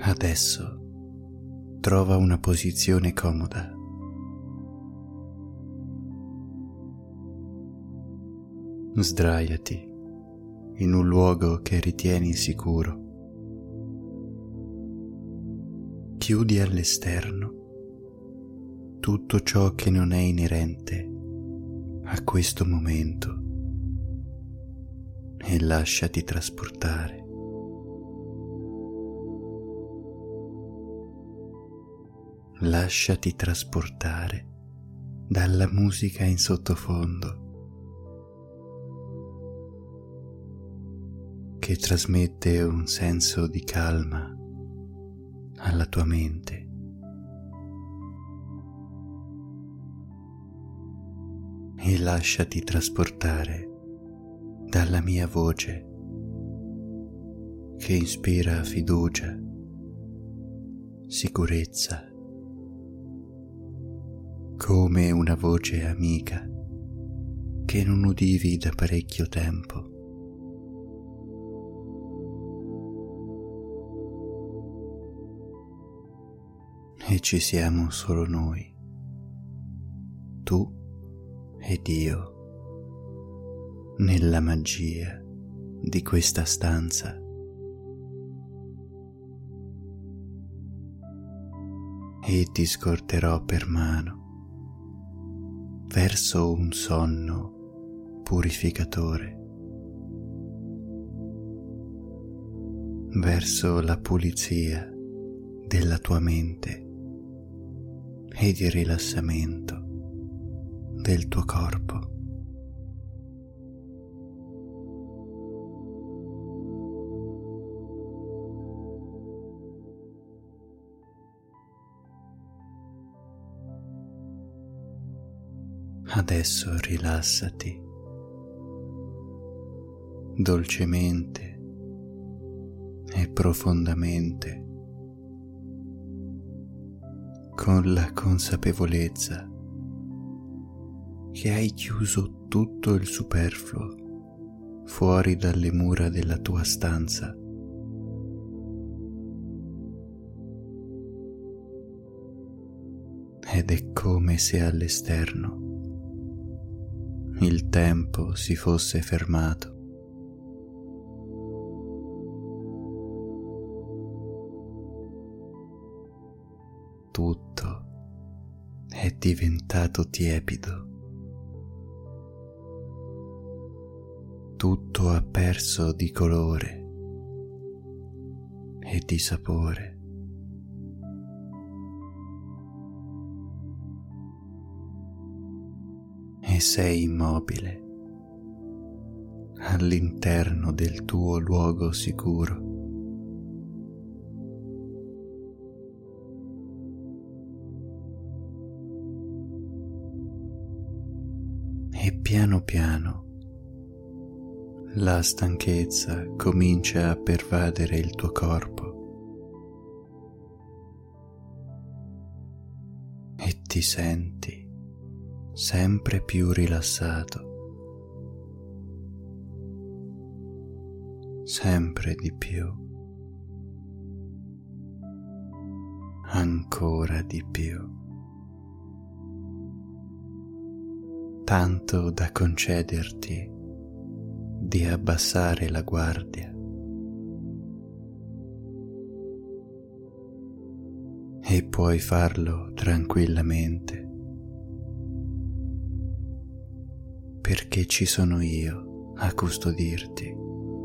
Adesso trova una posizione comoda. Sdraiati in un luogo che ritieni sicuro. Chiudi all'esterno tutto ciò che non è inerente a questo momento e lasciati trasportare. Lasciati trasportare dalla musica in sottofondo che trasmette un senso di calma alla tua mente. E lasciati trasportare dalla mia voce che ispira fiducia, sicurezza, come una voce amica che non udivi da parecchio tempo. E ci siamo solo noi, tu ed io, nella magia di questa stanza. E ti scorterò per mano verso un sonno purificatore, verso la pulizia della tua mente e di rilassamento del tuo corpo. Adesso rilassati dolcemente e profondamente, con la consapevolezza che hai chiuso tutto il superfluo fuori dalle mura della tua stanza. Ed è come se all'esterno il tempo si fosse fermato. Tutto è diventato tiepido. Tutto ha perso di colore e di sapore. E sei immobile all'interno del tuo luogo sicuro. E piano piano la stanchezza comincia a pervadere il tuo corpo e ti senti sempre più rilassato, sempre di più, ancora di più, tanto da concederti di abbassare la guardia e puoi farlo tranquillamente, perché ci sono io a custodirti,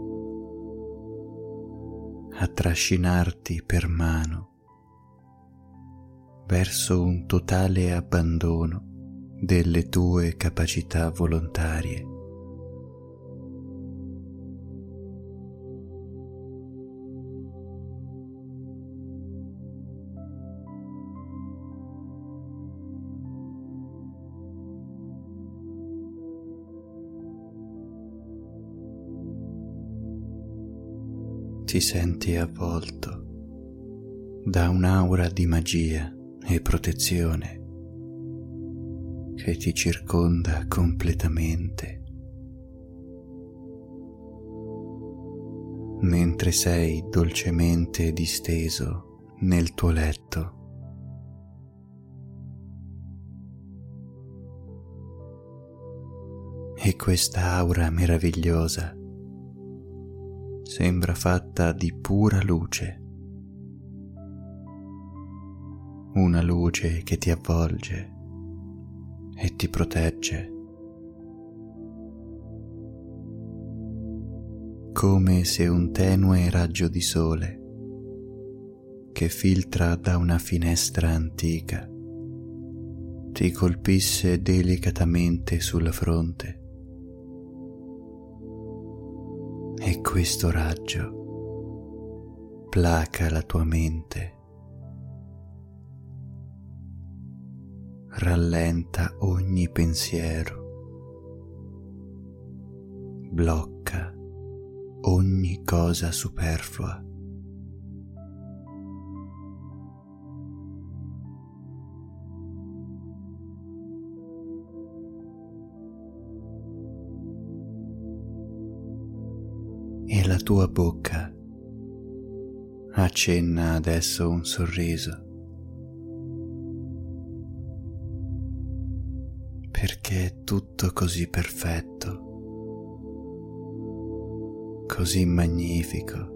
a trascinarti per mano verso un totale abbandono delle tue capacità volontarie. Ti senti avvolto da un'aura di magia e protezione che ti circonda completamente. mentre sei dolcemente disteso nel tuo letto. E questa aura meravigliosa sembra fatta di pura luce, una luce che ti avvolge e ti protegge, come se un tenue raggio di sole che filtra da una finestra antica ti colpisse delicatamente sulla fronte. E questo raggio placa la tua mente, rallenta ogni pensiero, blocca ogni cosa superflua. E la tua bocca accenna adesso un sorriso, perché è tutto così perfetto, così magnifico,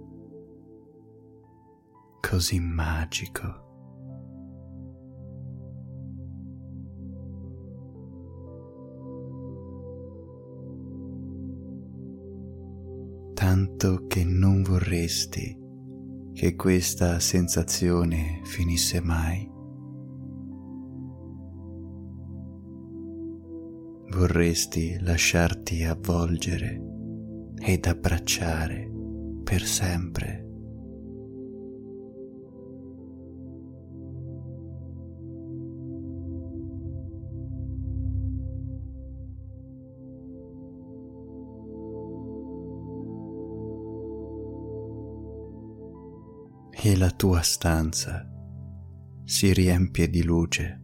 così magico. Tanto che non vorresti che questa sensazione finisse mai. Vorresti lasciarti avvolgere ed abbracciare per sempre. E la tua stanza si riempie di luce.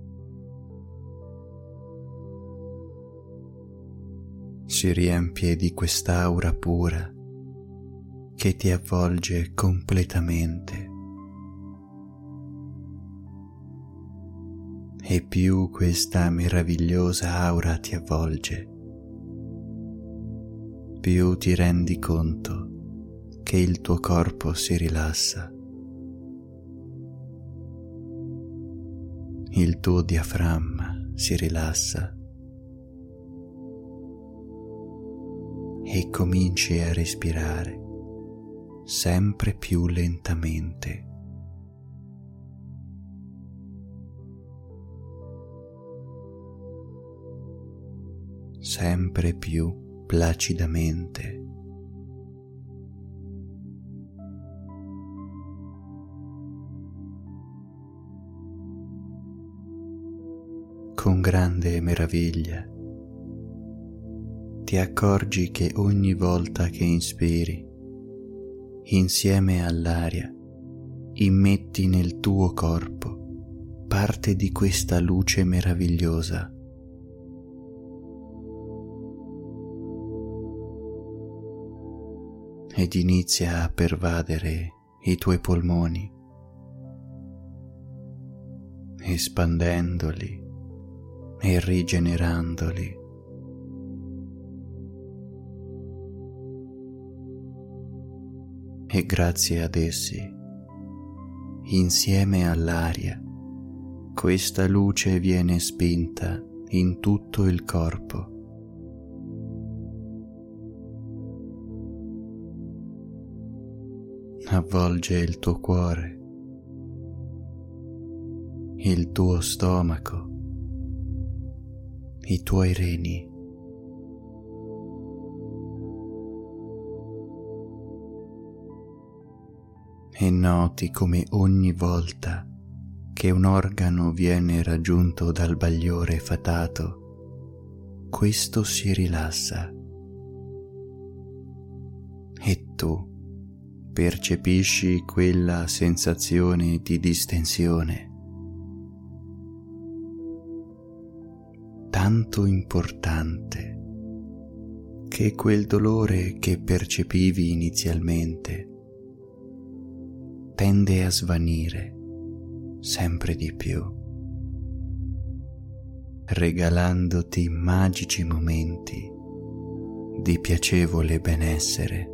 Si riempie di quest'aura pura che ti avvolge completamente. E più questa meravigliosa aura ti avvolge, più ti rendi conto che il tuo corpo si rilassa, il tuo diaframma si rilassa e cominci a respirare sempre più lentamente. Sempre più placidamente. Con grande meraviglia ti accorgi che ogni volta che inspiri, insieme all'aria, immetti nel tuo corpo parte di questa luce meravigliosa. Ed inizia a pervadere i tuoi polmoni, espandendoli e rigenerandoli. E grazie ad essi, insieme all'aria, questa luce viene spinta in tutto il corpo. Avvolge il tuo cuore, il tuo stomaco, i tuoi reni. E noti come ogni volta che un organo viene raggiunto dal bagliore fatato, questo si rilassa. E tu percepisci quella sensazione di distensione tanto importante che quel dolore che percepivi inizialmente tende a svanire sempre di più, regalandoti magici momenti di piacevole benessere.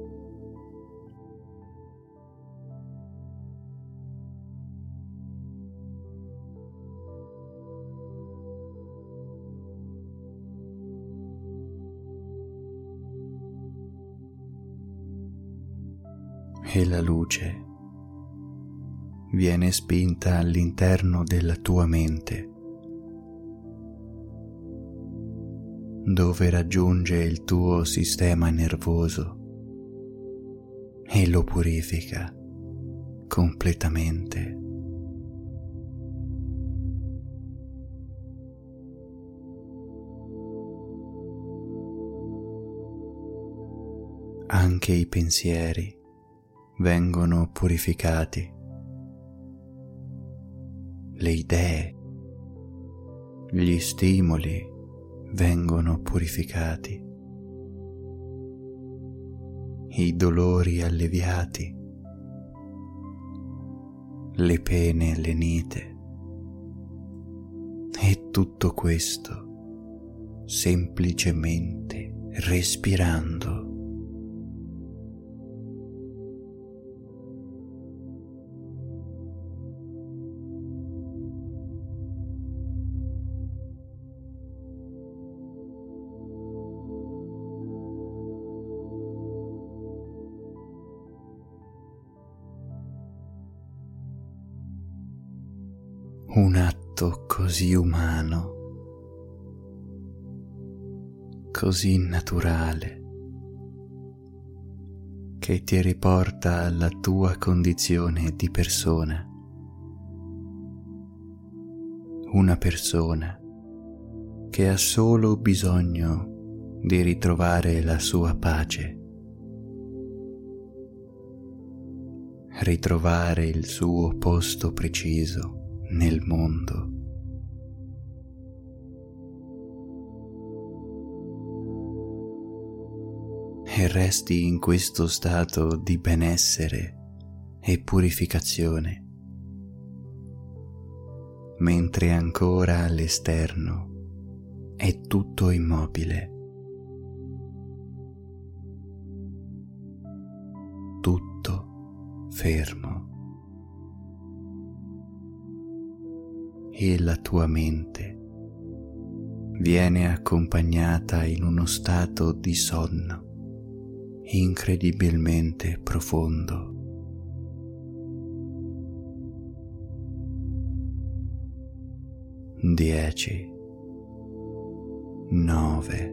E la luce viene spinta all'interno della tua mente, dove raggiunge il tuo sistema nervoso e lo purifica completamente. Anche i pensieri vengono purificati, le idee, gli stimoli vengono purificati, i dolori alleviati, le pene lenite, e tutto questo semplicemente respirando. Un atto così umano, così naturale, che ti riporta alla tua condizione di persona. Una persona che ha solo bisogno di ritrovare la sua pace, ritrovare il suo posto preciso nel mondo. E resti in questo stato di benessere e purificazione, mentre ancora all'esterno è tutto immobile, tutto fermo. E la tua mente viene accompagnata in uno stato di sonno incredibilmente profondo. Dieci, 9,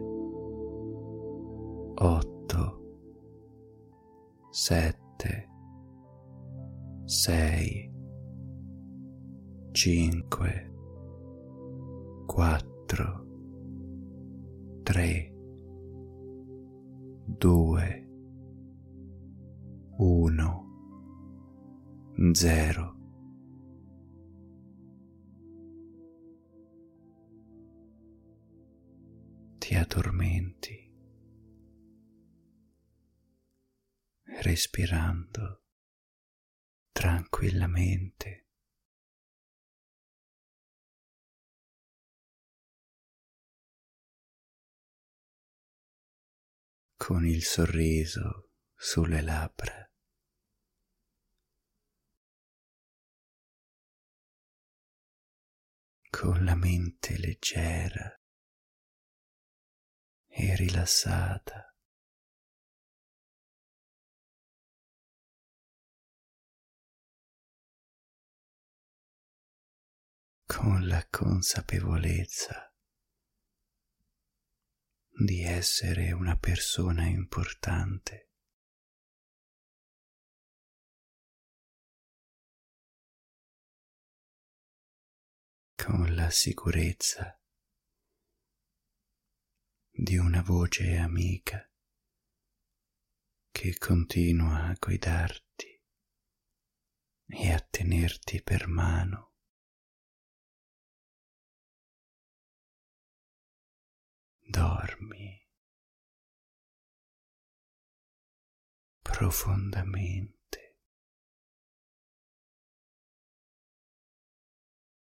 8, 7, 6, 5, 4, 3, 2, 1, 0. Ti addormenti, respirando tranquillamente. Con il sorriso sulle labbra. Con la mente leggera e rilassata. Con la consapevolezza di essere una persona importante. Con la sicurezza di una voce amica che continua a guidarti e a tenerti per mano. Dormi, profondamente.